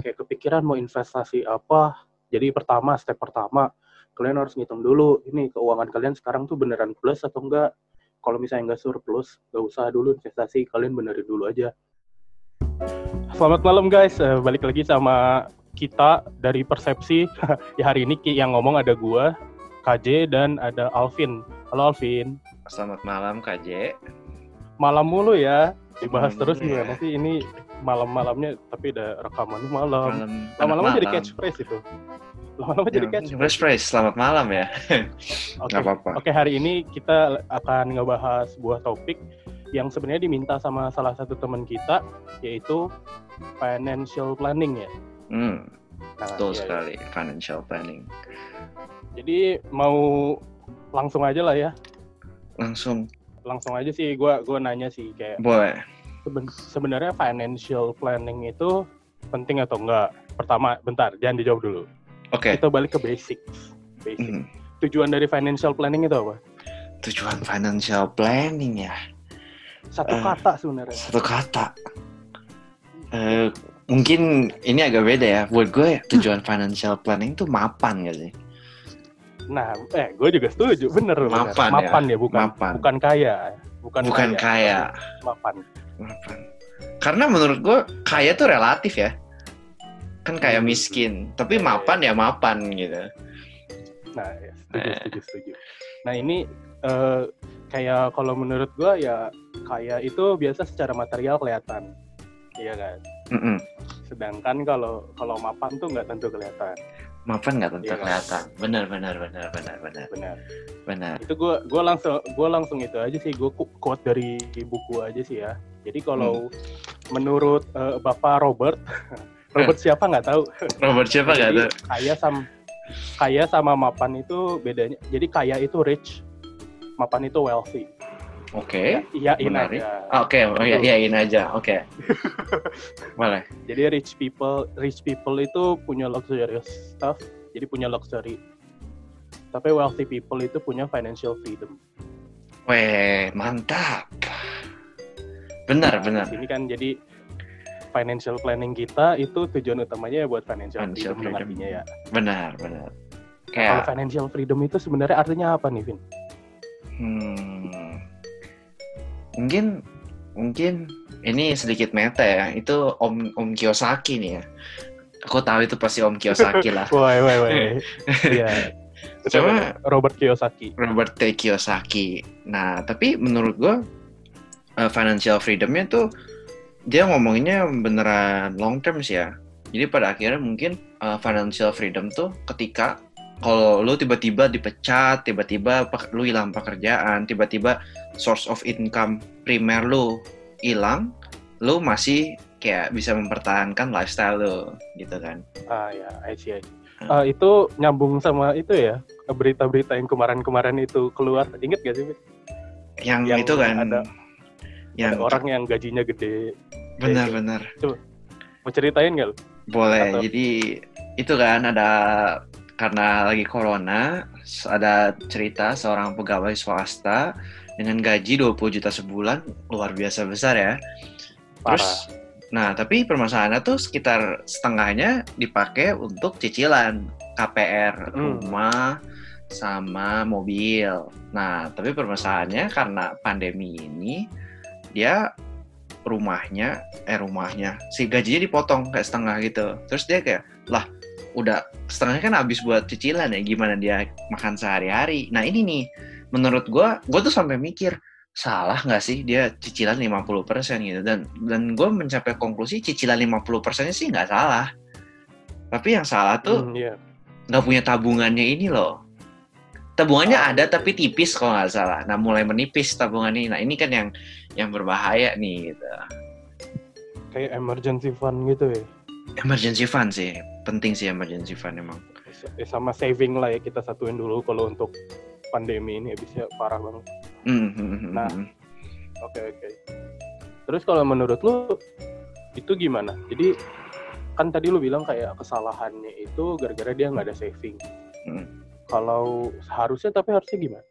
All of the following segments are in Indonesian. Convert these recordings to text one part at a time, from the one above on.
kayak kepikiran mau investasi apa, jadi step pertama, kalian harus ngitung dulu, ini keuangan kalian sekarang tuh beneran plus atau enggak. Kalau misalnya nggak surplus, nggak usah dulu investasi, kalian benerin dulu aja. Selamat malam guys, balik lagi sama kita dari Persepsi. Ya hari ini yang ngomong ada gua, KJ, dan ada Alvin. Halo Alvin. Selamat malam KJ. Malam mulu ya, dibahas Malam terus mulu ya. gimana sih ini malam-malamnya, tapi udah rekamannya malam. Lama-lama malam. jadi catchphrase itu. Lama-lama jadi catchphrase. Selamat malam ya. Oke. Oke, hari ini kita akan ngebahas sebuah topik yang sebenarnya diminta sama salah satu teman kita, yaitu financial planning ya. Betul sekali, financial planning. Jadi mau langsung aja lah ya. Langsung aja sih, gue nanya sih kayak. Boleh. Sebenarnya financial planning itu penting atau enggak? Pertama, bentar, jangan dijawab dulu. Oke. Kita balik ke basic. Tujuan dari financial planning itu apa? Tujuan financial planning ya. Satu kata sebenarnya. Satu kata. Mungkin ini agak beda ya. Buat gue tujuan financial planning itu mapan gak sih? Nah, gue juga setuju, bener. Mapan ya, bukan kaya. Bukan kaya. Mapan. Karena menurut gue kaya tuh relatif ya. Kan kayak miskin, tapi mapan ya mapan gitu. Nah, ya, setuju. Nah, ini kayak kalau menurut gue ya kaya itu biasa secara material kelihatan. Iya kan? Sedangkan kalau mapan tuh nggak tentu kelihatan. Mapan nggak tentu kelihatan. Benar. Itu gue langsung itu aja sih, gue quote dari buku aja sih ya. Jadi kalau menurut Bapak Robert siapa nggak tahu. Robert siapa nggak tahu. Kaya sama mapan itu bedanya. Jadi kaya itu rich, mapan itu wealthy. Oke. Iyain aja. Oke, iyain aja. Oke. Boleh. Jadi rich people itu punya luxurious stuff, jadi punya luxury. Tapi wealthy people itu punya financial freedom. Weh, mantap. Benar. Ini kan jadi financial planning kita itu tujuan utamanya buat financial freedom artinya ya. Benar. Kalau financial freedom itu sebenarnya artinya apa nih, Vin? Mungkin ini sedikit meta ya. Itu Om Kiyosaki nih ya. Aku tahu itu pasti Om Kiyosaki lah. Woi. Iya. Cuma Robert T. Kiyosaki. Nah, tapi menurut gue financial freedom-nya tuh dia ngomonginnya beneran long term sih ya. Jadi pada akhirnya mungkin financial freedom tuh ketika kalau lu tiba-tiba dipecat, tiba-tiba lu hilang pekerjaan, tiba-tiba source of income primer lu hilang, lu masih kayak bisa mempertahankan lifestyle lu, gitu kan? Ya, I see. Itu nyambung sama itu ya, berita-berita yang kemarin itu keluar, inget gak sih? Yang itu kan? Ada orang yang gajinya gede. Benar. Coba, mau ceritain nggak lu? Boleh. Jadi itu kan ada, karena lagi corona, ada cerita seorang pegawai swasta dengan gaji 20 juta sebulan, luar biasa besar ya. Terus, tapi permasalahannya tuh sekitar setengahnya dipakai untuk cicilan KPR, rumah, sama mobil. Nah, tapi permasalahannya karena pandemi ini, dia rumahnya, si gajinya dipotong kayak setengah gitu. Terus dia kayak, udah setengahnya kan habis buat cicilan ya, gimana dia makan sehari-hari. Nah ini nih, menurut gue tuh sampai mikir, salah nggak sih dia cicilan 50% gitu. Dan gue mencapai konklusi cicilan 50%-nya sih nggak salah. Tapi yang salah tuh nggak punya tabungannya ini loh. Tabungannya ada tapi tipis kalau nggak salah. Nah mulai menipis tabungan ini. Nah ini kan yang berbahaya nih gitu. Kayak emergency fund gitu ya. Emergency fund sih, penting sih emergency fund emang. Sama saving lah ya, kita satuin dulu kalau untuk pandemi ini habisnya parah banget. Nah, oke. Terus kalau menurut lu itu gimana? Jadi kan tadi lu bilang kayak kesalahannya itu gara-gara dia nggak ada saving. Kalau harusnya gimana?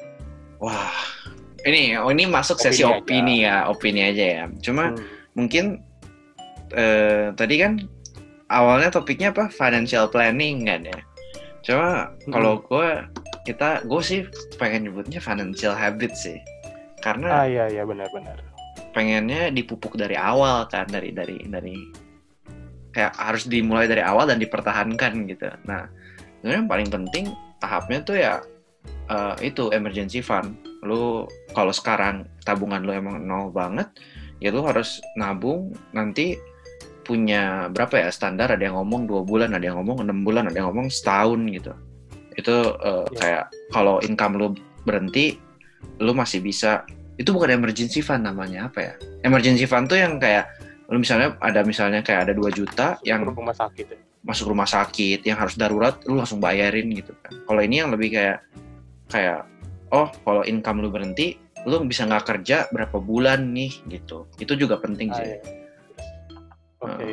Wah, ini masuk sesi opini aja ya. Cuma mungkin tadi kan awalnya topiknya apa? Financial planning kan ya. Cuma kalau gue sih pengen nyebutnya financial habit sih. Karena iya benar-benar. pengennya dipupuk dari awal kan, dari kayak harus dimulai dari awal dan dipertahankan gitu. Nah, sebenarnya yang paling penting tahapnya tuh ya itu emergency fund. Lu kalau sekarang tabungan lu emang nol banget, ya lu harus nabung nanti punya berapa ya standar, ada yang ngomong 2 bulan, ada yang ngomong 6 bulan, ada yang ngomong setahun gitu. Itu kayak kalau income lu berhenti, lu masih bisa, itu bukan emergency fund namanya apa ya? Emergency fund tuh yang kayak lu misalnya kayak ada 2 juta yang rumah sakit ya. Masuk rumah sakit yang harus darurat, lu langsung bayarin gitu kan. Kalau ini yang lebih kayak kalau income lu berhenti, lu bisa nggak kerja berapa bulan nih gitu. Itu juga penting sih. Iya. Oke.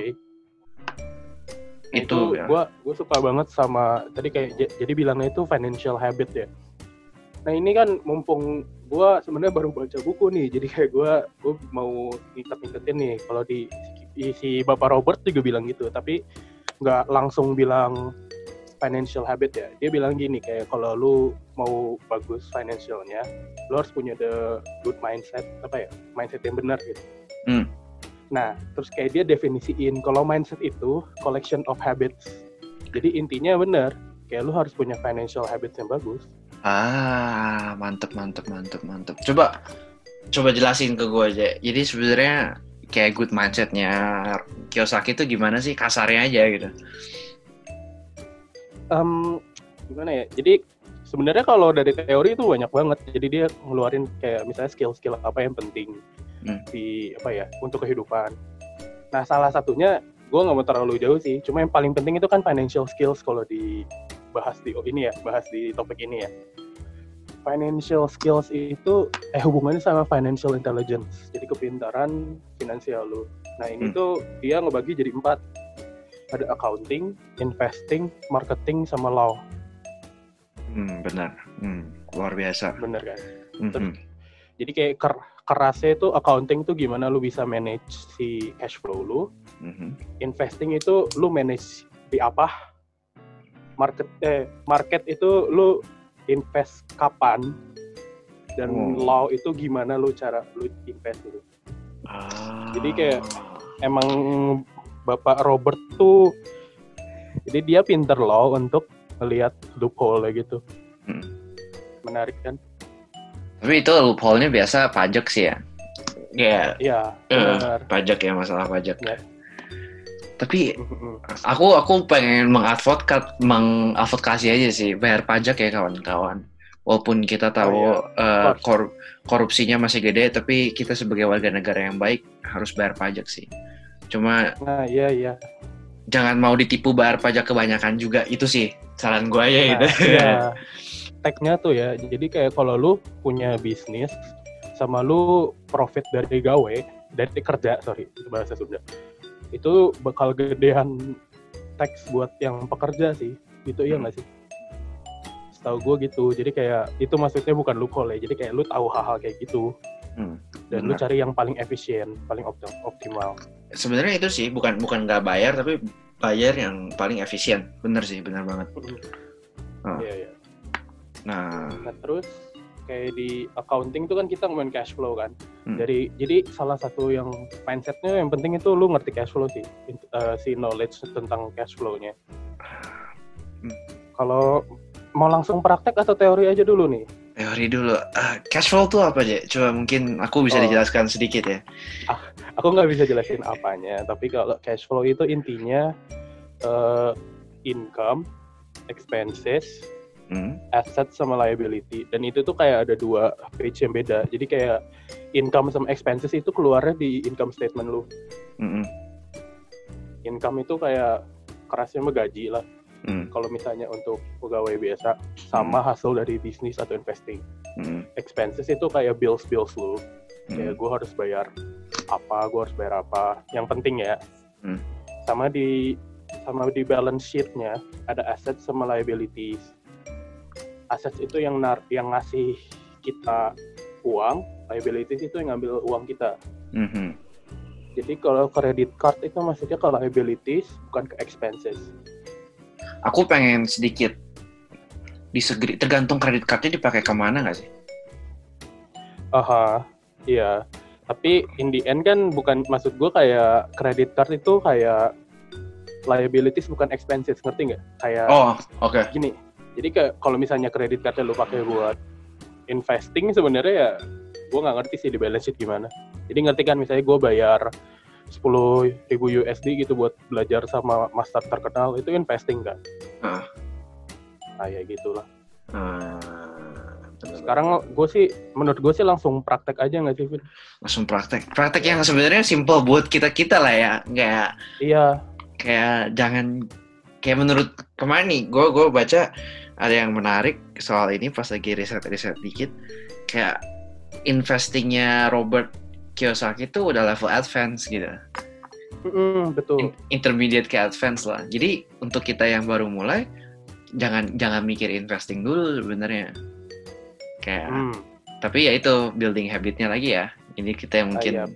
Itu ya. Gue suka banget sama tadi kayak jadi bilangnya itu financial habit ya. Nah ini kan mumpung gue sebenarnya baru baca buku nih, jadi kayak gue mau inget-ingetin nih. Kalau di si Bapak Robert juga bilang gitu, tapi nggak langsung bilang financial habit ya. Dia bilang gini, kayak kalau lu mau bagus financialnya, lu harus punya the good mindset, mindset yang benar gitu. Nah, terus kayak dia definisiin kalau mindset itu collection of habits. Jadi intinya benar, kayak lu harus punya financial habits yang bagus. Mantep. Coba jelasin ke gue aja. Jadi sebenarnya kayak good mindsetnya Kiyosaki itu gimana sih, kasarnya aja gitu? Gimana ya? Jadi sebenarnya kalau dari teori itu banyak banget. Jadi dia ngeluarin kayak misalnya skill-skill apa yang penting di untuk kehidupan. Nah, salah satunya gue nggak mau terlalu jauh sih. Cuma yang paling penting itu kan financial skills kalau dibahas bahas di topik ini ya. Financial skills itu hubungannya sama financial intelligence. Jadi kepintaran finansial lu. Nah, ini tuh dia ngebagi jadi 4. Ada accounting, investing, marketing, sama law. Benar. Luar biasa. Bener kan? Jadi kayak kerasnya itu accounting itu gimana lu bisa manage si cash flow lu. Investing itu lu manage di apa. Market itu lu invest kapan. Dan law itu gimana lu cara lu invest gitu. Jadi kayak emang Bapak Robert tuh, jadi dia pinter loh untuk melihat loophole gitu. Menarik kan? Tapi itu loophole-nya biasa pajak sih ya? Iya, pajak ya, masalah pajak. Ya. Tapi aku pengen mengadvokasi aja sih, bayar pajak ya kawan-kawan. Walaupun kita tahu korupsinya masih gede, tapi kita sebagai warga negara yang baik harus bayar pajak sih. Cuma iya. Jangan mau ditipu bayar pajak kebanyakan juga, itu sih saran gue aja gitu. Iya. Tag-nya tuh ya, jadi kayak kalau lu punya bisnis sama lu profit dari kerja, bahasa Sunda, itu bakal gedean tax buat yang pekerja sih, gitu. Iya nggak sih? Setahu gue gitu. Jadi kayak itu maksudnya bukan loophole ya, jadi kayak lu tahu hal-hal kayak gitu. Dan lu cari yang paling efisien, paling optimal. Sebenarnya itu sih bukan nggak bayar, tapi bayar yang paling efisien. Bener sih, bener banget. Iya. Nah, terus kayak di accounting itu kan kita ngomongin cash flow kan. Jadi salah satu yang mindsetnya yang penting itu lu ngerti cash flow sih, si knowledge tentang cash flow-nya. Kalau mau langsung praktek atau teori aja dulu nih? Teori dulu. Cash flow tuh apa aja? Coba mungkin aku bisa dijelaskan sedikit ya. Aku nggak bisa jelasin apanya, tapi kalau cash flow itu intinya income, expenses, asset sama liability. Dan itu tuh kayak ada 2 page yang beda. Jadi kayak income sama expenses itu keluarnya di income statement lu. Income itu kayak kerasnya gaji lah. Kalau misalnya untuk pegawai biasa, sama hasil dari bisnis atau investing. Expenses itu kayak bills lu. Kayak gue harus bayar apa, yang penting ya. Sama di balance sheet-nya ada assets sama liabilities. Assets itu yang ngasih kita uang, liabilities itu yang ngambil uang kita. Jadi kalau credit card itu maksudnya ke liabilities, bukan ke expenses. Aku pengen sedikit disegri, tergantung kredit cardnya dipakai kemana nggak sih? Aha, iya. Tapi in the end kan bukan, maksud gue kayak credit card itu kayak liabilities bukan expenses, ngerti nggak? Kayak Oh, oke. gini. Jadi kayak kalau misalnya credit cardnya lu pakai buat investing, sebenarnya ya gue nggak ngerti sih di balance sheet gimana. Jadi ngerti kan, misalnya gue bayar 10.000 USD gitu buat belajar sama master terkenal, itu investing kan? Ah. Kayak gitulah. Bener-bener. Sekarang menurut gue sih langsung praktek aja nggak sih, Vin? Langsung praktek yang sebenarnya simple buat kita lah ya, nggak Iya. kayak jangan kayak menurut kemarin nih gue baca ada yang menarik soal ini pas lagi riset dikit, kayak investingnya Robert Kiyosaki itu udah level advance gitu. Betul. Intermediate ke advance lah. Jadi untuk kita yang baru mulai jangan mikir investing dulu sebenarnya. Kayak tapi ya itu building habitnya lagi ya. Ini kita yang mungkin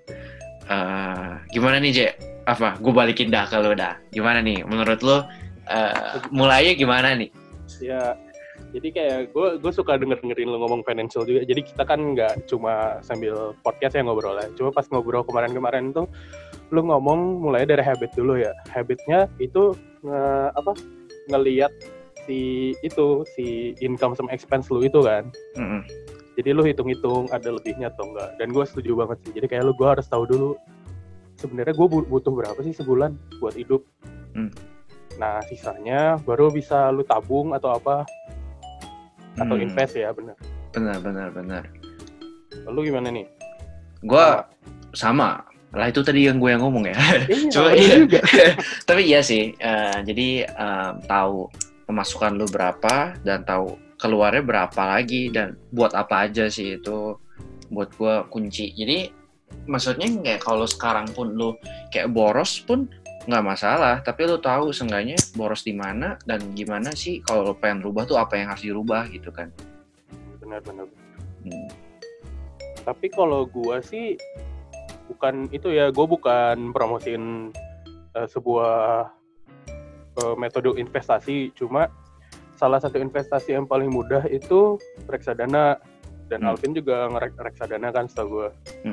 gimana nih, Je? Apa? Gue balikin dah kalau dah. Gimana nih? Menurut lo mulainya gimana nih? Ya, jadi kayak gue suka dengerin lo ngomong financial juga. Jadi kita kan nggak cuma sambil podcast ya ngobrol ya. Cuma pas ngobrol kemarin tuh lo ngomong mulai dari habit dulu ya. Habitnya itu ngelihat si income sama expense lu itu kan. Jadi lu hitung-hitung ada lebihnya atau enggak. Dan gue setuju banget sih. Jadi kayak gue harus tahu dulu sebenarnya gue butuh berapa sih sebulan buat hidup. Nah sisanya baru bisa lu tabung atau apa, atau invest ya. Benar. Lalu gimana nih? Gue sama lah, itu tadi yang gue ngomong ya. Coba juga. Tapi iya sih, jadi tahu pemasukan lu berapa dan tahu keluarnya berapa lagi dan buat apa aja sih, itu buat gue kunci. Jadi maksudnya kayak kalau sekarang pun lu kayak boros pun nggak masalah, tapi lu tahu seenggaknya boros di mana dan gimana sih kalau lu pengen rubah tuh apa yang harus dirubah gitu kan. Benar. Tapi kalau gue sih bukan itu ya, gue bukan promosiin sebuah metode investasi, cuma salah satu investasi yang paling mudah itu reksadana, dan Alvin juga reksadana kan setahu gue.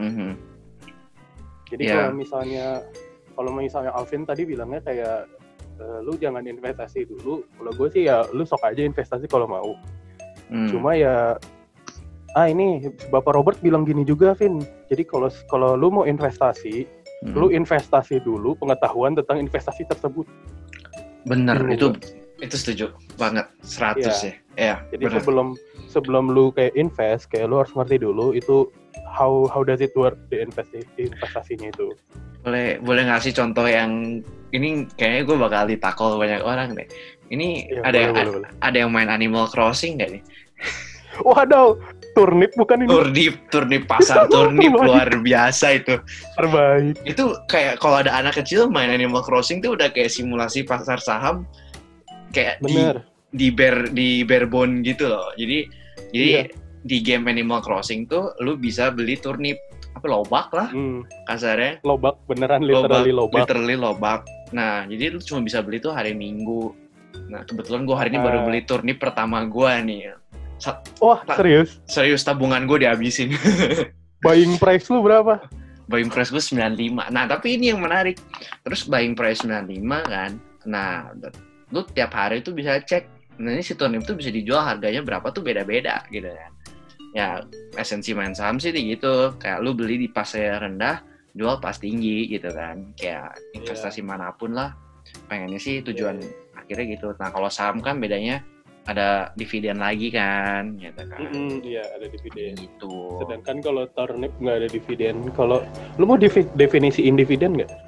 Jadi kalau misalnya Alvin tadi bilangnya kayak lu jangan investasi dulu, kalau gue sih ya lu sok aja investasi kalau mau. Cuma ya ini Bapak Robert bilang gini juga, Vin. Jadi kalau lu mau investasi, lu investasi dulu pengetahuan tentang investasi tersebut. Bener, itu setuju banget 100 ya. Jadi sebelum lu kayak invest, kayak lu harus ngerti dulu itu how does it work di investasinya itu. Boleh ngasih contoh yang ini kayaknya gue bakal ditakol banyak orang deh. Ini ada yang main Animal Crossing nggak nih? Waduh, turnip bukan ini? Turnip pasar turnip luar biasa itu. Terbaik. Itu kayak kalau ada anak kecil main Animal Crossing tuh udah kayak simulasi pasar saham, kayak di barebone gitu loh. Jadi di game Animal Crossing tuh lu bisa beli turnip, apa lobak lah kasarnya. Lobak beneran, literally lobak. Nah, jadi lu cuma bisa beli tuh hari Minggu. Nah, kebetulan gue hari ini baru beli turnip pertama gue nih. Wah, serius tabungan gue dihabisin. Buying price lu berapa? Buying price gue 95. Nah, tapi ini yang menarik. Terus buying price 95 kan. Nah, lu tiap hari tuh bisa cek. Nah, ini si turnip tuh bisa dijual harganya berapa tuh beda-beda gitu kan. Ya, esensi main saham sih gitu. Kayak lu beli di pas rendah, jual pas tinggi gitu kan. Kayak investasi manapun lah. Pengennya sih tujuan akhirnya gitu. Nah, kalau saham kan bedanya ada dividen lagi kan, gitu kan. Iya, ada dividen. Gitu. Sedangkan kalau turnip nggak ada dividen. Kalau lu mau definisiin dividen nggak?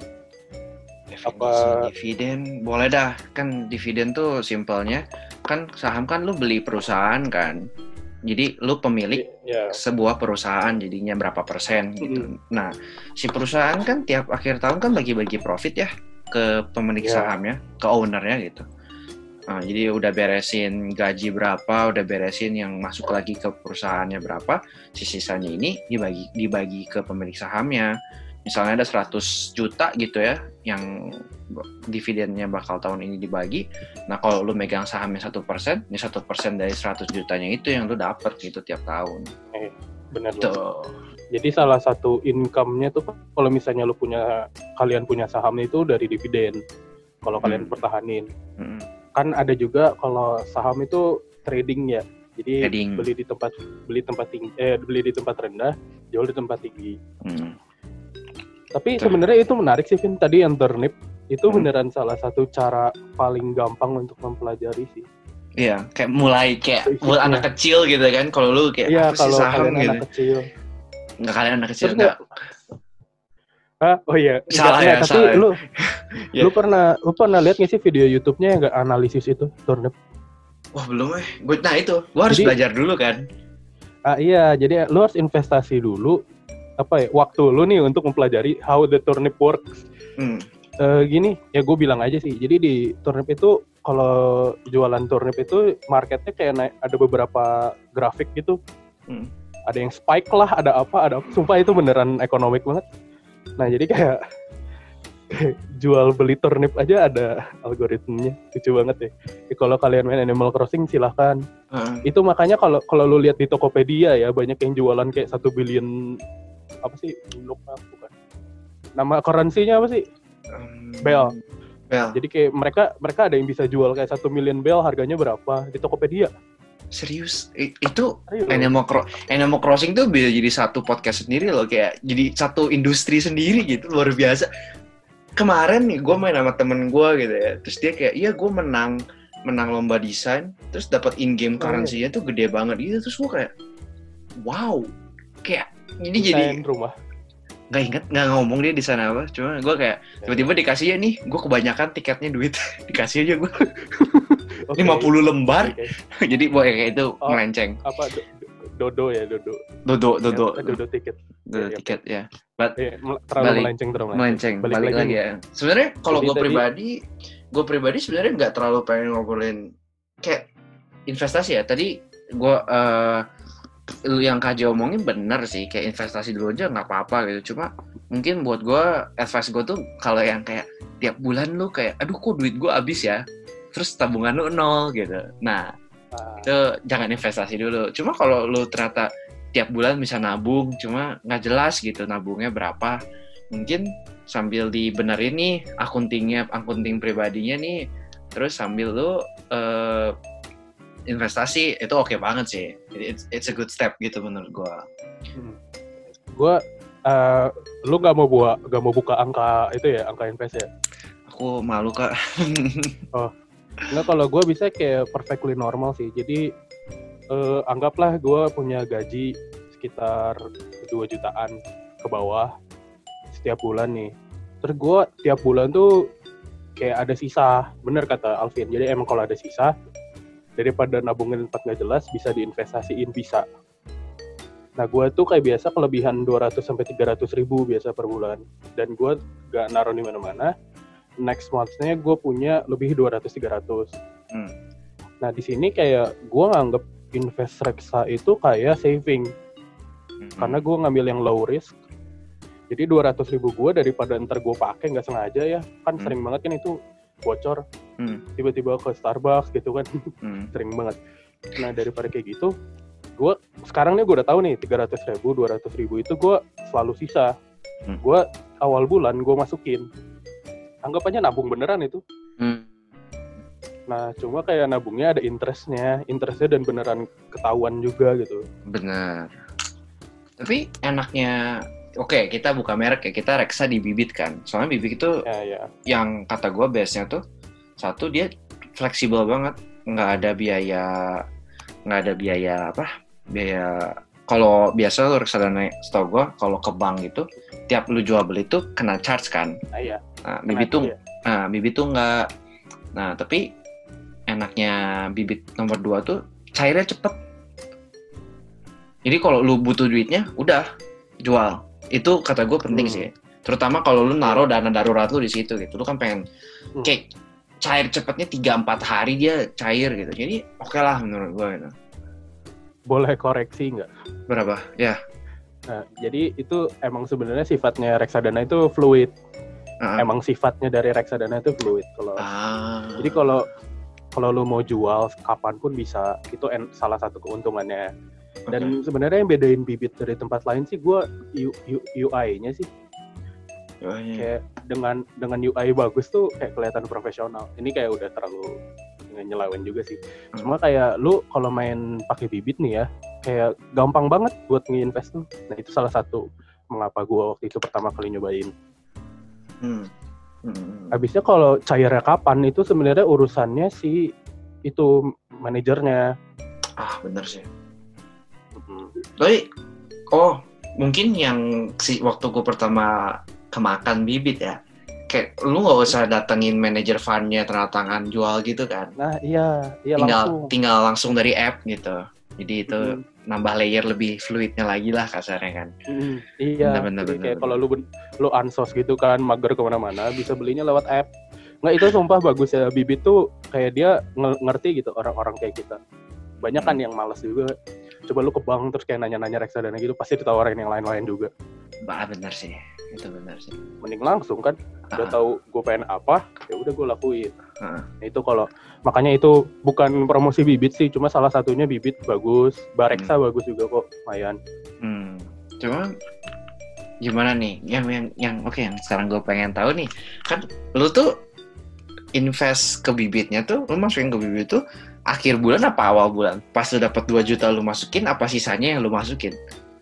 Dividen boleh dah. Kan dividen tuh simpelnya kan saham kan lu beli perusahaan kan. Jadi lu pemilik sebuah perusahaan, jadinya berapa persen gitu. Nah, si perusahaan kan tiap akhir tahun kan bagi-bagi profit ya ke pemilik sahamnya, ke ownernya gitu. Nah, jadi udah beresin gaji berapa, udah beresin yang masuk lagi ke perusahaannya berapa, sisanya ini dibagi ke pemilik sahamnya. misalnya ada 100 juta gitu ya, yang dividennya bakal tahun ini dibagi. Nah kalau lu megang sahamnya 1%, ini 1% dari 100 jutanya itu yang lu dapet gitu tiap tahun. Bener Tuh. loh. Jadi salah satu income-nya tuh kalau misalnya kalian punya saham itu dari dividen. Kalau kalian pertahanin. Kan ada juga kalau saham itu trading ya. Jadi Trading. beli di tempat rendah, jual di tempat tinggi. Tapi sebenarnya itu menarik sih, Vin. Tadi yang turnip itu beneran salah satu cara paling gampang untuk mempelajari sih. Iya, kayak mulai buat anak kecil gitu kan. Kalau lu kayak iya, apa sih saham gitu. Anak kecil. Enggak, kalian anak kecil enggak. Oh iya, salah. Tapi lu pernah lihat nggak sih video YouTube-nya yang nggak analisis itu turnip? Wah belum Nah itu, gue harus belajar dulu kan. Iya, jadi lu harus investasi dulu. Waktu lu nih untuk mempelajari how the turnip works. Gini, ya gue bilang aja sih. Jadi di turnip itu kalau jualan turnip itu marketnya kayak ada beberapa grafik gitu. Ada yang spike lah, ada apa. Sumpah itu beneran ekonomik banget. Nah jadi kayak jual beli turnip aja ada algoritmnya, lucu banget ya. Kalau kalian main Animal Crossing silahkan. Itu makanya kalau lu lihat di Tokopedia ya banyak yang jualan kayak 1 billion apa sih? Bukan. Nama currency-nya apa sih? Bell. Jadi kayak mereka ada yang bisa jual kayak 1 million bell, harganya berapa di Tokopedia. Serius? Itu Animal Crossing tuh bisa jadi satu podcast sendiri loh, kayak jadi satu industri sendiri gitu, luar biasa. Kemarin nih gue main sama temen gue gitu ya, terus dia kayak, iya gue menang lomba desain, terus dapat in-game currency-nya tuh gede banget gitu, terus gue kayak, wow, kayak ini desain jadi rumah. Nggak ngomong dia di sana apa, cuma gue kayak tiba-tiba dikasih ya nih, gue kebanyakan tiketnya duit, dikasih aja gue 50 lembar, jadi kayak itu melenceng. Apa Dodo tiket. Tiket ya. Terlalu melenceng. Balik lagi ya. Sebenarnya kalau gue pribadi sebenarnya nggak terlalu pengen ngobrolin kayak investasi ya. Tadi gue yang Kak Jo omongin benar sih, kayak investasi dulu aja nggak apa-apa gitu. Cuma mungkin buat gue, advice gue tuh kalau yang kayak tiap bulan lu kayak, aduh kok duit gue habis ya, terus tabungan lu 0 gitu. Nah, itu jangan investasi dulu. Cuma kalau lu ternyata tiap bulan bisa nabung, cuma nggak jelas gitu nabungnya berapa, mungkin sambil dibenerin nih akunting pribadinya nih, terus sambil lu investasi, itu oke banget sih. It's a good step gitu menurut gue. Lu nggak mau buka angka itu ya, angka invest ya? Aku malu Kak. Nggak, kalau gue bisa kayak perfectly normal sih. Jadi anggaplah gue punya gaji sekitar 2 jutaan ke bawah setiap bulan nih. Terus gue tiap bulan tuh kayak ada sisa, bener kata Alvin. Jadi emang kalau ada sisa, daripada nabungin tempat nggak jelas, bisa diinvestasiin, bisa. Nah gue tuh kayak biasa kelebihan 200-300 ribu biasa per bulan. Dan gue gak naruh di mana-mana. Next month-nya gue punya lebih 200-300. Nah di sini kayak gue nganggep invest reksa itu kayak saving. Karena gue ngambil yang low risk. Jadi 200 ribu gue daripada ntar gue pakai nggak sengaja ya. Kan sering banget kan itu bocor. Tiba-tiba ke Starbucks gitu kan. Sering banget. Nah daripada kayak gitu, sekarang nih gue udah tahu nih 300 ribu, 200 ribu itu gue selalu sisa. Gue awal bulan gue masukin. Anggap aja nabung beneran itu. Nah, cuma kayak nabungnya ada interestnya dan beneran ketahuan juga gitu. Bener. Tapi enaknya, oke, kita buka merek ya, kita reksa di Bibit kan. Soalnya Bibit itu yang kata gue base-nya tuh, satu dia fleksibel banget, nggak ada biaya kalau biasa lu reksadana setahu gue kalau ke bank gitu tiap lu jual beli tuh kena charge kan. Nah, Bibit tuh nggak. Nah tapi enaknya Bibit nomor 2 tuh cairnya cepet. Jadi kalau lu butuh duitnya udah jual. Itu kata gue penting sih. Terutama kalau lu naruh dana darurat lu di situ gitu. Lu kan pengen kayak cair cepetnya 3-4 hari dia cair gitu. Jadi oke lah menurut gue gitu. Boleh koreksi nggak? Berapa? Ya. Nah, jadi itu emang sebenarnya sifatnya reksadana itu fluid. Emang sifatnya dari reksadana itu fluid. Jadi kalau lu mau jual kapanpun bisa, itu salah satu keuntungannya. Dan sebenarnya yang bedain bibit dari tempat lain sih gue UI-nya sih. Kayak dengan UI bagus tuh kayak kelihatan profesional. Ini kayak udah terlalu nyeleweng juga sih. Cuma kayak lu kalau main pakai bibit nih ya, kayak gampang banget buat nge-invest tuh. Nah itu salah satu mengapa gue waktu itu pertama kali nyobain. Habisnya kalau cairnya kapan itu sebenarnya urusannya si itu manajernya. Bener sih. Tapi mungkin yang waktu gue pertama kemakan bibit ya, kayak lu nggak usah datengin manajer fundnya tanda tangan jual gitu kan. Nah iya tinggal langsung dari app gitu. Jadi itu nambah layer lebih fluidnya lagi lah kasarnya kan. Iya. Jadi kayak kalau lu ansos gitu kan, mager kemana-mana, bisa belinya lewat app. Nggak, itu sumpah bagus ya. Bibit tuh kayak dia ngerti gitu orang-orang kayak kita. Banyak kan yang malas juga. Coba lu ke bank terus kayak nanya-nanya reksadana gitu, pasti ditawarin yang lain-lain juga. Bener sih. Itu bener sih. Mending langsung kan. Udah tahu gue pengen apa, ya udah gue lakuin. Nah, itu makanya itu bukan promosi bibit sih, cuma salah satunya bibit bagus, Bareksa bagus juga kok, lumayan. Cuma gimana nih? Yang sekarang gue pengen tahu nih, kan lu tuh invest ke bibitnya tuh, lu masukin ke bibit tuh akhir bulan apa awal bulan? Pas lu dapat 2 juta lu masukin, apa sisanya yang lu masukin?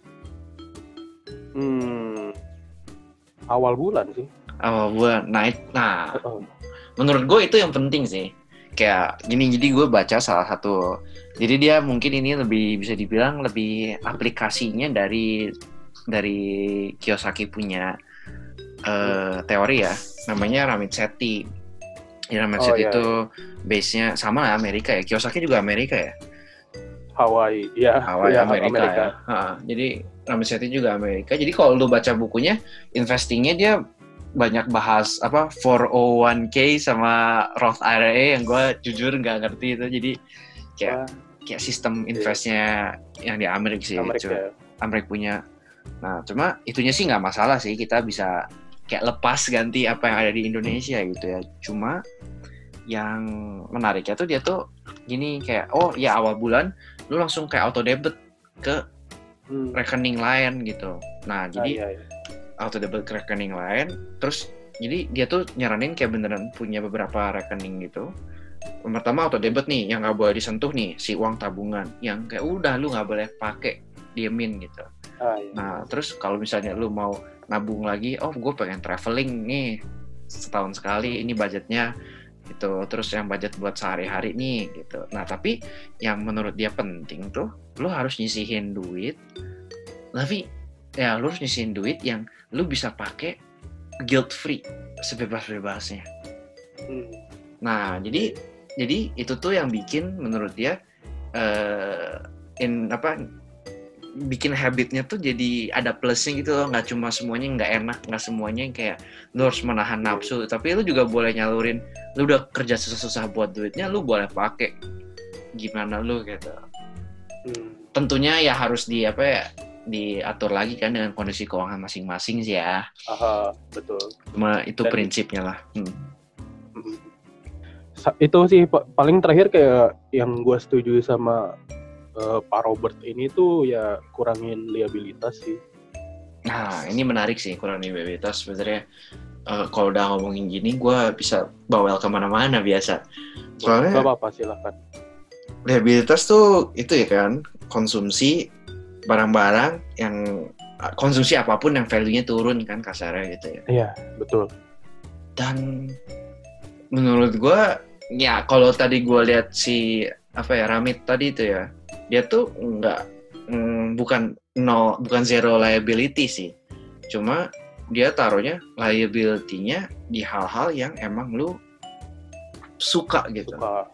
Awal bulan sih. Awal bulan. Nah, menurut gue itu yang penting sih. Kayak gini, jadi gue baca salah satu. Jadi dia mungkin ini lebih bisa dibilang lebih aplikasinya dari Kiyosaki punya teori ya. Namanya Ramit Sethi. Ramit Sethi itu base-nya sama Amerika ya. Kiyosaki juga Amerika ya. Hawaii Amerika. Ya. Jadi Ramit Sethi juga Amerika. Jadi kalau lu baca bukunya, investingnya dia banyak bahas 401k sama Roth IRA yang gue jujur nggak ngerti itu. Jadi kayak sistem investnya yang di Amerika sih. Amerika punya. Nah, cuma itunya sih nggak masalah sih. Kita bisa kayak lepas ganti apa yang ada di Indonesia gitu ya. Cuma yang menariknya tuh dia tuh gini kayak awal bulan lu langsung kayak auto debit ke rekening lain gitu. Nah, jadi auto debit ke rekening lain, terus jadi dia tuh nyaranin kayak beneran punya beberapa rekening gitu. Pertama auto debit nih, yang nggak boleh disentuh nih si uang tabungan, yang kayak udah lu nggak boleh pakai, diemin gitu. Nah, terus kalau misalnya lu mau nabung lagi, gue pengen traveling nih setahun sekali, ini budgetnya gitu, terus yang budget buat sehari-hari nih gitu. Nah, tapi yang menurut dia penting tuh, lu harus nyisihin duit, tapi ya lu harus nyisihin duit yang lu bisa pakai guilt free, sebebas-bebasnya. Nah, jadi itu tuh yang bikin menurut dia bikin habitnya tuh jadi ada plusnya gitu loh, nggak cuma semuanya nggak enak, nggak semuanya kayak lu harus menahan nafsu, tapi lu juga boleh nyalurin, lu udah kerja susah-susah buat duitnya, lu boleh pakai gimana lu gitu. Tentunya ya harus diatur lagi kan dengan kondisi keuangan masing-masing sih ya. Betul. Cuma itu prinsipnya lah. Itu sih paling terakhir kayak yang gue setuju sama Pak Robert ini tuh ya kurangin liabilitas sih. Nah, ini menarik sih, kurangin liabilitas sebenarnya. Kalau udah ngomongin gini, gue bisa bawel kemana-mana biasa. Soalnya apa silakan. Liabilitas tuh itu ya kan, konsumsi barang-barang yang konsumsi apapun yang value-nya turun kan kasarnya gitu ya. Iya, betul. Dan menurut gue, ya kalau tadi gue lihat si Ramit tadi itu ya, dia tuh bukan zero liability sih, cuma dia taruhnya liability-nya di hal-hal yang emang lu suka gitu.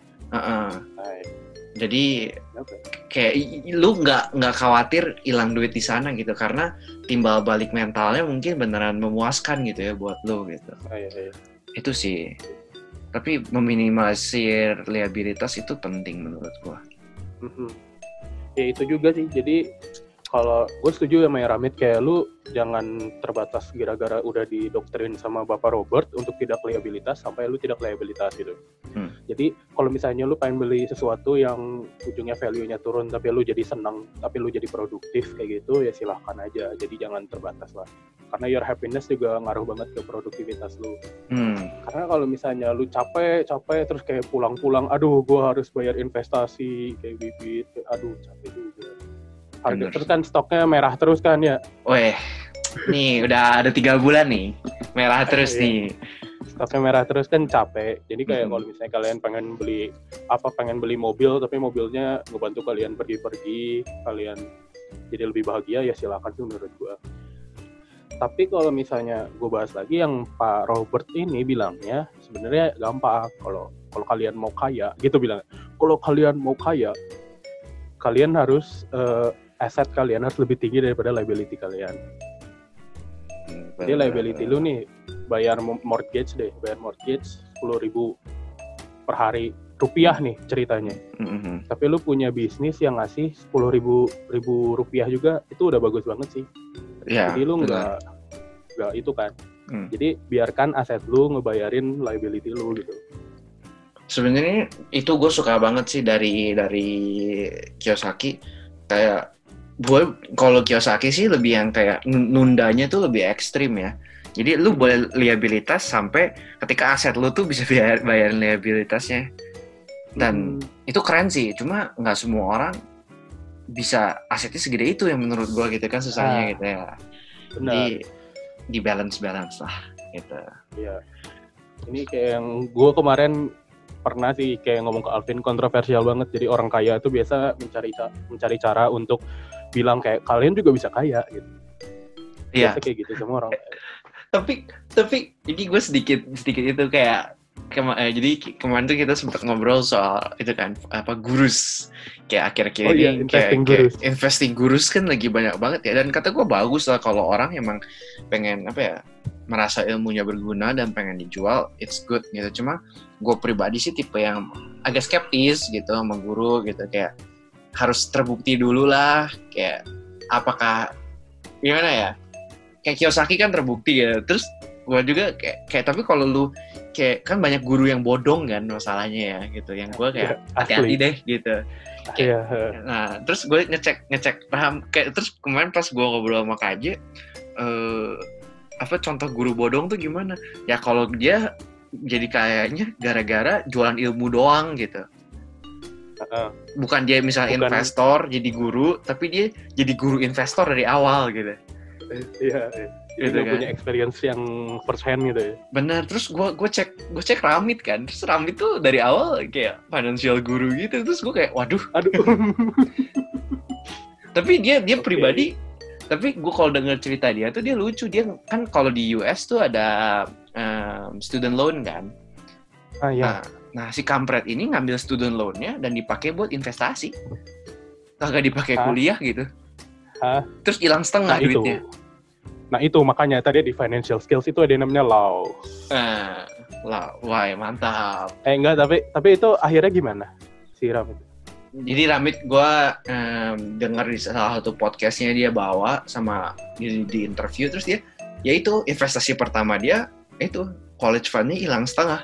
Jadi kayak lu nggak khawatir hilang duit di sana gitu, karena timbal balik mentalnya mungkin beneran memuaskan gitu ya buat lu gitu. Itu sih. Tapi meminimalisir liabilitas itu penting menurut gua. Ya itu juga sih. Jadi Kalau gue setuju sama Ramit, kayak lu jangan terbatas gara-gara udah didoktrin sama Bapak Robert untuk tidak liabilitas sampai lu tidak liabilitas gitu. Jadi kalau misalnya lu pengen beli sesuatu yang ujungnya value-nya turun tapi lu jadi senang, tapi lu jadi produktif kayak gitu, ya silahkan aja. Jadi jangan terbatas lah. Karena your happiness juga ngaruh banget ke produktivitas lu. Karena kalau misalnya lu capek terus kayak pulang-pulang, aduh gue harus bayar investasi kayak bibit, aduh capek juga. Harga terus kan stoknya merah terus kan ya. Weh, nih udah ada 3 bulan nih merah terus nih. Stoknya merah terus kan capek. Jadi kayak kalau misalnya kalian pengen beli mobil tapi mobilnya ngebantu kalian pergi-pergi, kalian jadi lebih bahagia, ya silakan sih menurut gue. Tapi kalau misalnya gue bahas lagi yang Pak Robert ini bilangnya sebenarnya gampang. Kalau kalian mau kaya gitu bilang. Kalau kalian mau kaya, kalian harus aset kalian harus lebih tinggi daripada liability kalian. Jadi liability lu nih bayar mortgage 10.000 per hari rupiah nih ceritanya. Tapi lu punya bisnis yang ngasih 10.000 rupiah juga, itu udah bagus banget sih. Ya, jadi lu nggak itu kan. Jadi biarkan aset lu ngebayarin liability lu gitu. Sebenarnya itu gue suka banget sih dari Kiyosaki. Kayak gue kalau Kiyosaki sih lebih yang kayak nundanya tuh lebih ekstrim ya. Jadi lu boleh liabilitas sampai ketika aset lu tuh bisa bayarin liabilitasnya. Dan itu keren sih. Cuma nggak semua orang bisa asetnya segede itu yang menurut gue gitu kan, susahnya gitu ya. Benar. Jadi di balance lah gitu. Iya. Ini kayak yang gue kemarin pernah sih kayak ngomong ke Alvin, kontroversial banget. Jadi orang kaya tuh biasa mencari cara untuk bilang kayak kalian juga bisa kaya gitu. Biasa kayak gitu semua orang. Tapi jadi gue sedikit itu kayak jadi kemarin tuh kita sempat ngobrol soal itu kan gurus kayak akhir-akhir ini kayak investing gurus kan lagi banyak banget ya, dan kata gue bagus lah kalau orang emang pengen merasa ilmunya berguna dan pengen dijual, it's good gitu. Cuma gue pribadi sih tipe yang agak skeptis gitu sama guru gitu, kayak harus terbukti dulu lah, kayak apakah gimana ya, kayak Kiyosaki kan terbukti ya, terus gue juga kayak tapi kalau lu kayak kan banyak guru yang bodong kan masalahnya ya gitu, yang gue kayak hati-hati deh gitu. Nah terus gue ngecek paham kayak, terus kemarin pas gue ngobrol sama KJ contoh guru bodong tuh gimana ya, kalau dia jadi kayaknya gara-gara jualan ilmu doang gitu. Bukan dia misalnya investor jadi guru, tapi dia jadi guru investor dari awal gitu. Iya. Jadi gitu, punya experience yang first hand gitu ya. Benar. Terus gue cek Ramit kan. Terus Ramit tuh dari awal kayak financial guru gitu. Terus gue kayak waduh. Tapi dia pribadi. Tapi gue kalau denger cerita dia tuh dia lucu. Dia kan kalau di US tuh ada student loan kan. Iya. Nah si kampret ini ngambil student loan-nya dan dipakai buat investasi. Kagak dipakai kuliah gitu. Terus hilang setengah duitnya. Nah itu makanya tadi di financial skills itu ada namanya law. Wah mantap. Enggak, tapi itu akhirnya gimana si Ramit? Jadi Ramit gue dengar di salah satu podcastnya dia bawa sama di interview, terus dia ya itu investasi pertama dia itu college fundnya hilang setengah.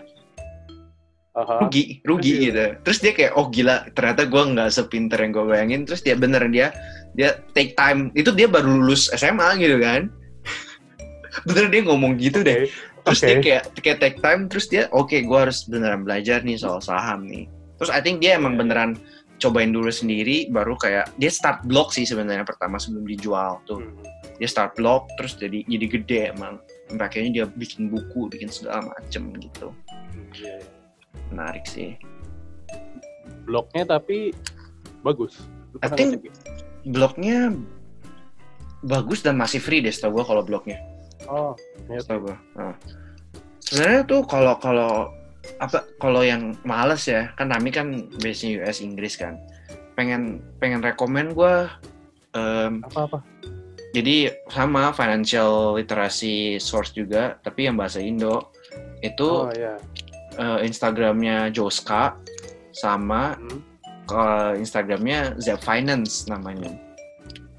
Rugi gitu. Terus dia kayak oh gila, ternyata gue nggak sepinter yang gue bayangin. Terus dia beneran dia take time, itu dia baru lulus SMA gitu kan. Bener dia ngomong gitu deh. Terus dia kayak take time, terus dia gue harus beneran belajar nih soal saham nih. Terus I think dia emang beneran cobain dulu sendiri, baru kayak dia start blog sih sebenarnya pertama sebelum dijual tuh. Dia start blog terus jadi gede emang. Sampai akhirnya dia bikin buku, bikin segala macem gitu. Menarik sih. Blognya tapi bagus. I think blognya bagus dan masih free deh setahu gue kalau blognya. Setahu gue. Sebenarnya tuh kalau yang males ya, kan Rami kan base-nya US Inggris kan. Pengen rekomen gue apa? Jadi sama financial literacy source juga, tapi yang bahasa Indo. Itu Instagramnya Joska sama Instagramnya Zep Finance namanya.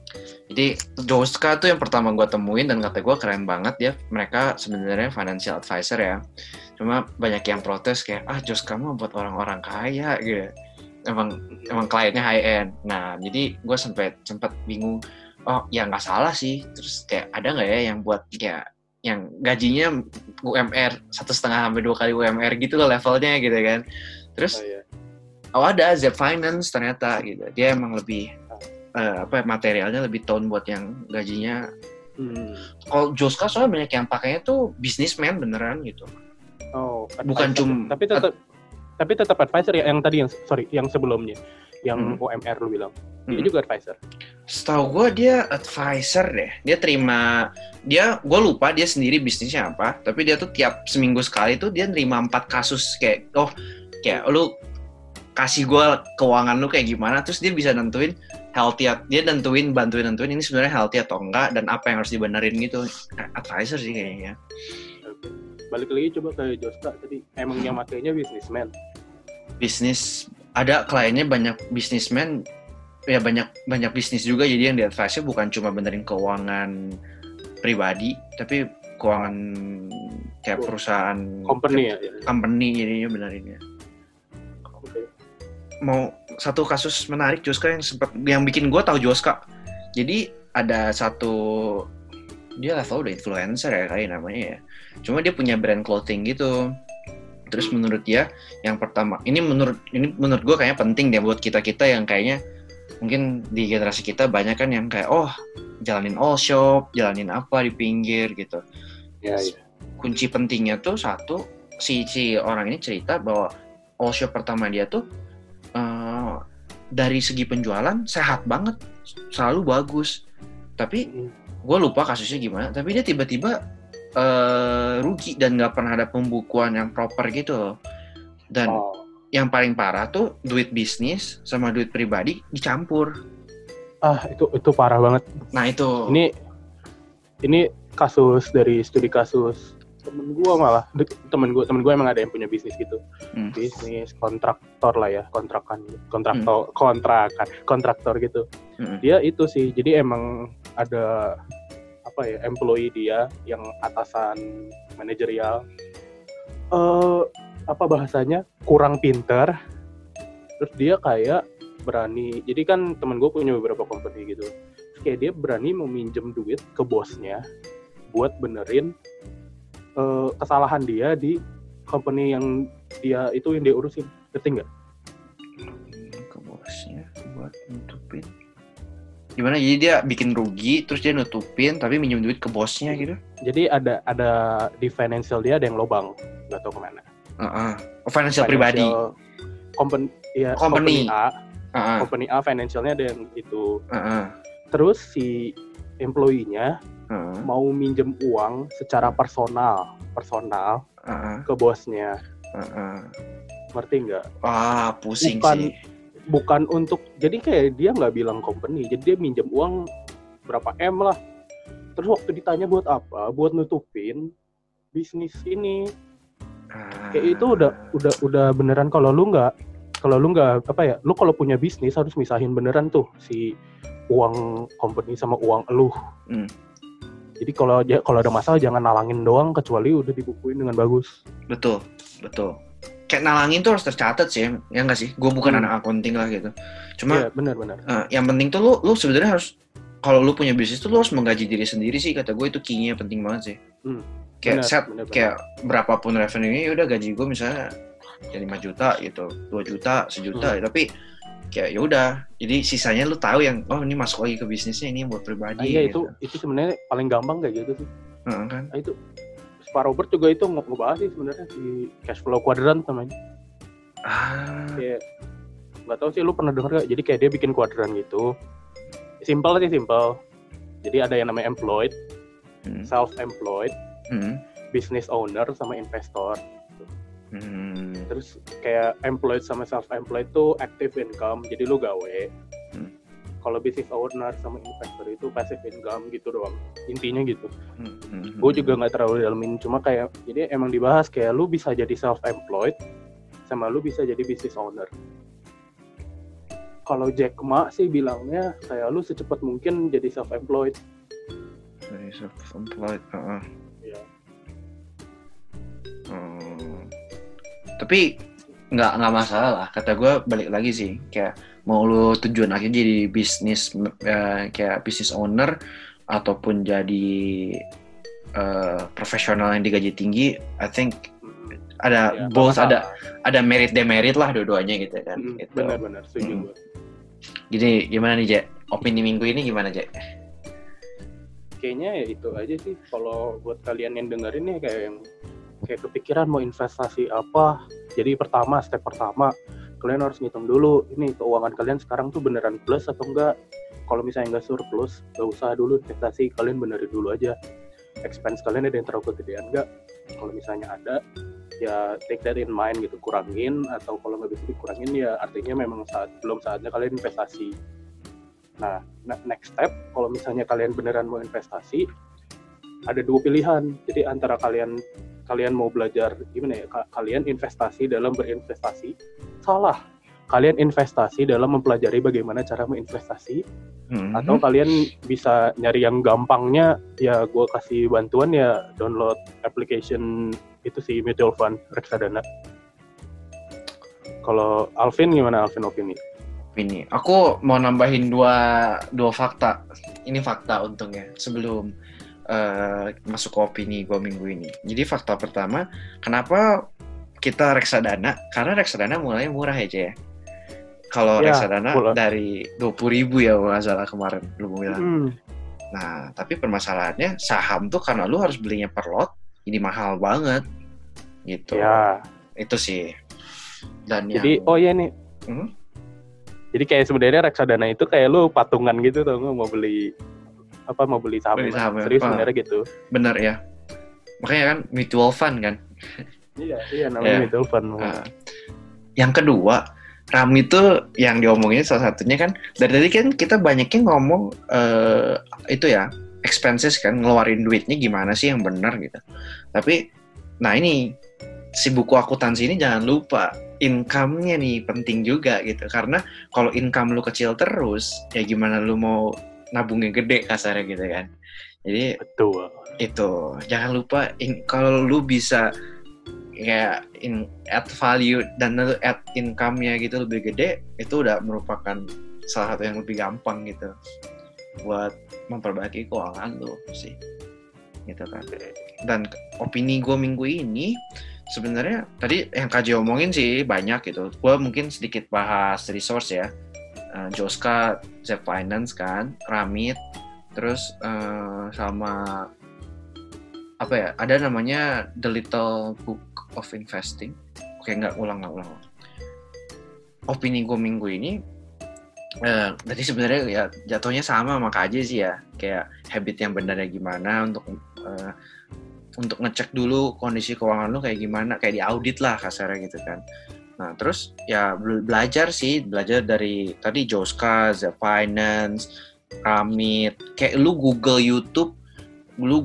Jadi Joska tuh yang pertama gue temuin dan kata gue keren banget ya. Mereka sebenarnya financial advisor ya. Cuma banyak yang protes kayak Joska mah buat orang-orang kaya gitu. Emang kliennya high end. Nah jadi gue sempat bingung. Oh ya nggak salah sih. Terus kayak ada nggak ya yang buat kayak yang gajinya UMR 1,5 sampai 2 kali UMR gitu loh levelnya gitu kan. Terus ada Zep Finance ternyata gitu. Dia emang lebih materialnya lebih tone buat yang gajinya. Kalau Joska soalnya banyak yang pakainya tuh businessman beneran gitu. Oh, bukan cuma tapi tetap advisor ya, yang tadi yang sebelumnya yang UMR lu bilang. Dia juga advisor. Setahu gue dia advisor deh. Gue lupa dia sendiri bisnisnya apa, tapi dia tuh tiap seminggu sekali tuh dia nerima 4 kasus kayak lu kasih gue keuangan lu kayak gimana, terus dia bisa nentuin healthy, dia bantuin ini sebenarnya healthy atau enggak dan apa yang harus dibenerin gitu. Advisor sih kayaknya. Balik lagi coba ke Joska tadi, emang yang makainya businessman. Bisnis ada kliennya banyak businessman ya, banyak bisnis juga, jadi yang di advisor bukan cuma benerin keuangan pribadi tapi keuangan kayak perusahaan company jadinya benerinnya. Mau satu kasus menarik Joska yang bikin gue tahu Joska. Jadi ada satu, dia level udah influencer ya kali namanya ya. Cuma dia punya brand clothing gitu. Terus menurut dia yang pertama, ini menurut gue kayaknya penting deh buat kita yang kayaknya mungkin di generasi kita banyak kan yang kayak jalanin all shop, jalanin apa di pinggir gitu. Ya. Kunci pentingnya tuh satu, si orang ini cerita bahwa all shop pertama dia tuh dari segi penjualan sehat banget, selalu bagus. Tapi gue lupa kasusnya gimana. Tapi dia tiba-tiba rugi dan nggak pernah ada pembukuan yang proper gitu. Dan yang paling parah tuh duit bisnis sama duit pribadi dicampur. Itu parah banget. Nah itu. Ini kasus dari studi kasus temen gue malah. Temen gue emang ada yang punya bisnis gitu. Bisnis kontraktor lah ya, kontraktor gitu. Dia itu sih, jadi emang ada employee dia yang atasan manajerial bahasanya kurang pinter, terus dia kayak berani, jadi kan temen gue punya beberapa company gitu, terus kayak dia berani meminjam duit ke bosnya buat benerin kesalahan dia di company yang dia urusin, ngerti nggak? Ke bosnya buat nutupin gimana? Jadi dia bikin rugi terus dia nutupin tapi minjem duit ke bosnya gitu. Jadi ada di financial dia ada yang lobang, nggak tahu kemana. Financial pribadi. Company A. Company A financialnya ada yang itu. Terus si employee-nya mau minjem uang secara personal ke bosnya. Ngerti nggak? Pusing sih. Bukan untuk, jadi kayak dia nggak bilang company, jadi dia minjem uang berapa M lah. Terus waktu ditanya buat apa? Buat nutupin bisnis ini. Kayak itu udah beneran kalau lu nggak lu kalau punya bisnis harus misahin beneran tuh si uang company sama uang lu. Jadi kalau ada masalah jangan nalangin doang, kecuali udah dibukuin dengan bagus. Betul. Kayak nalangin tuh harus tercatat sih, ya nggak sih? Gue bukan anak accounting lah gitu. Cuma benar. Yang penting tuh lu sebenarnya harus, kalau lu punya bisnis tuh lu harus menggaji diri sendiri sih, kata gue itu key-nya penting banget sih. Kayak bener. Kayak berapapun revenue-nya, udah gaji gue misalnya ya 5 juta gitu, 2 juta, 1 juta, tapi kayak ya udah, jadi sisanya lu tahu yang ini masuk lagi ke bisnisnya, ini buat pribadi. Gitu. itu sebenarnya paling gampang kayak gitu sih. Kan? Itu Pak Robert juga itu ngebahas sih sebenarnya di cash flow quadrant namanya. Kayak nggak tahu sih lu pernah dengar gak? Jadi kayak dia bikin kuadran gitu. Simple. Jadi ada yang namanya employed, self-employed, business owner sama investor. Terus kayak employed sama self-employed tuh active income, jadi lu gawe. Kalau business owner sama investor itu passive income gitu doang, intinya gitu. Gue juga nggak terlalu dalamin, cuma kayak jadi emang dibahas kayak lu bisa jadi self-employed sama lu bisa jadi business owner. Kalau Jack Ma sih bilangnya kayak lu secepat mungkin jadi self-employed. Jadi self-employed. Ya. Tapi nggak masalah lah. Kata gue balik lagi sih, kayak mau lu tujuan akhirnya jadi bisnis, kayak business owner ataupun jadi profesional yang digaji tinggi, I think ada Ya, both, masalah. ada merit demerit lah dua-duanya gitu kan. Gitu. Benar-benar setuju gue. Jadi gimana nih Jack? Opini minggu ini gimana Jack? Kayaknya ya itu aja sih. Kalau buat kalian yang dengerin nih kayak kepikiran mau investasi apa. Jadi step pertama kalian harus ngitung dulu ini keuangan kalian sekarang tuh beneran plus atau enggak. Kalau misalnya nggak surplus, nggak usah dulu investasi, kalian benerin dulu aja. Expense kalian ada yang terlalu kegedean nggak? Kalau misalnya ada, ya take that in mind gitu, kurangin, atau kalau nggak bisa dikurangin ya artinya memang belum saatnya kalian investasi. Nah, next step kalau misalnya kalian beneran mau investasi, ada dua pilihan. Jadi antara kalian mau belajar gimana ya, kalian investasi dalam berinvestasi. Salah, kalian investasi dalam mempelajari bagaimana cara menginvestasi. Atau kalian bisa nyari yang gampangnya, ya gue kasih bantuan ya download application itu sih, mutual fund reksadana. Kalau Alvin gimana, Alvin opini? Ini aku mau nambahin dua fakta. Ini fakta untungnya sebelum masuk ke opini gue minggu ini. Jadi fakta pertama, kenapa kita reksadana? Karena reksadana mulai murah aja ya. Kalau reksadana dari 20.000 ya nggak salah kemarin lu bilang. Nah, tapi permasalahannya saham tuh karena lu harus belinya per lot, ini mahal banget gitu. Ya. Itu sih. Dan jadi jadi kayak sebenarnya reksadana itu kayak lu patungan gitu tuh, mau beli saham. Serius sebenarnya gitu. Bener ya. Makanya kan mutual fund kan. Iya namanya mutual fund. Yang kedua, Rami itu yang diomongin salah satunya kan, dari tadi kan kita banyaknya ngomong itu ya, expenses kan, ngeluarin duitnya gimana sih yang benar gitu. Tapi, nah ini, si buku akuntansi ini jangan lupa, income-nya nih penting juga gitu. Karena kalau income lu kecil terus, ya gimana lu mau nabungnya gede kasarnya gitu kan. Jadi, betul. Itu, jangan lupa, kalau lu bisa kayak add value dan add income-nya gitu lebih gede, itu udah merupakan salah satu yang lebih gampang gitu buat memperbaiki keuangan lo sih gitu kan. Dan opini gue minggu ini sebenarnya tadi yang Kaji omongin sih banyak gitu, gue mungkin sedikit bahas resource ya, Joska, Zep Finance kan, Ramit, terus sama apa ya, ada namanya The Little Book of Investing. Oke, nggak ulang. Opini gue minggu ini, tadi sebenarnya ya jatuhnya sama KJ sih ya, kayak habit yang benarnya gimana untuk ngecek dulu kondisi keuangan lo kayak gimana, kayak diaudit lah kasarnya gitu kan. Nah terus ya belajar dari tadi Joska, The Finance, Ramit, kayak lu Google YouTube, lu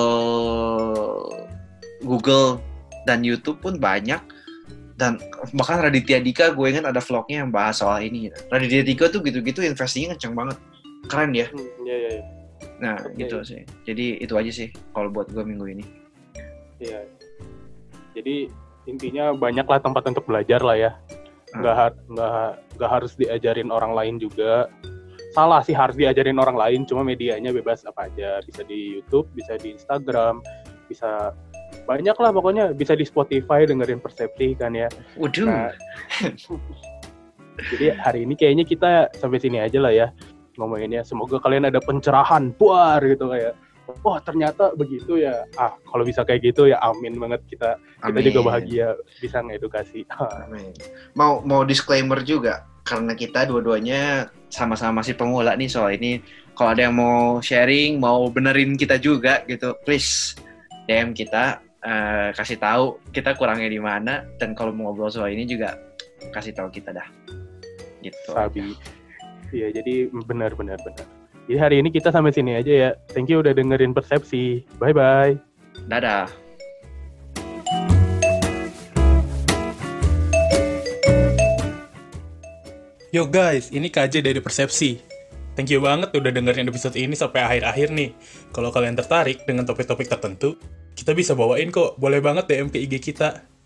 Google dan YouTube pun banyak, dan bahkan Raditya Dika gue ingat ada vlognya yang bahas soal ini. Raditya Dika tuh gitu-gitu investingnya kenceng banget, keren dia. Iya. Nah gitu sih, jadi itu aja sih kalau buat gue minggu ini. Iya, jadi intinya banyaklah tempat untuk belajar lah ya, nggak harus diajarin orang lain juga. Salah sih, harus diajarin orang lain, cuma medianya bebas apa aja, bisa di YouTube, bisa di Instagram, bisa banyak lah pokoknya, bisa di Spotify dengerin Persepsi kan ya. Waduh. Nah, jadi hari ini kayaknya kita sampai sini aja lah ya ngomonginnya. Semoga kalian ada pencerahan buar gitu, kayak wah ternyata begitu ya. Kalau bisa kayak gitu ya amin banget, kita juga bahagia bisa ngedukasi. Amin. Mau disclaimer juga, karena kita dua-duanya sama-sama masih pemula nih soal ini. Kalau ada yang mau sharing, mau benerin kita juga gitu, please DM kita, kasih tahu kita kurangnya di mana, dan kalau mau ngobrol soal ini juga kasih tahu kita dah. Gitu. Sabi. Iya, jadi benar. Jadi hari ini kita sampai sini aja ya. Thank you udah dengerin Persepsi. Bye-bye. Dadah. Yo guys, ini KJ dari Persepsi. Thank you banget udah dengerin episode ini sampai akhir-akhir nih. Kalau kalian tertarik dengan topik-topik tertentu, kita bisa bawain kok. Boleh banget DM ke IG kita.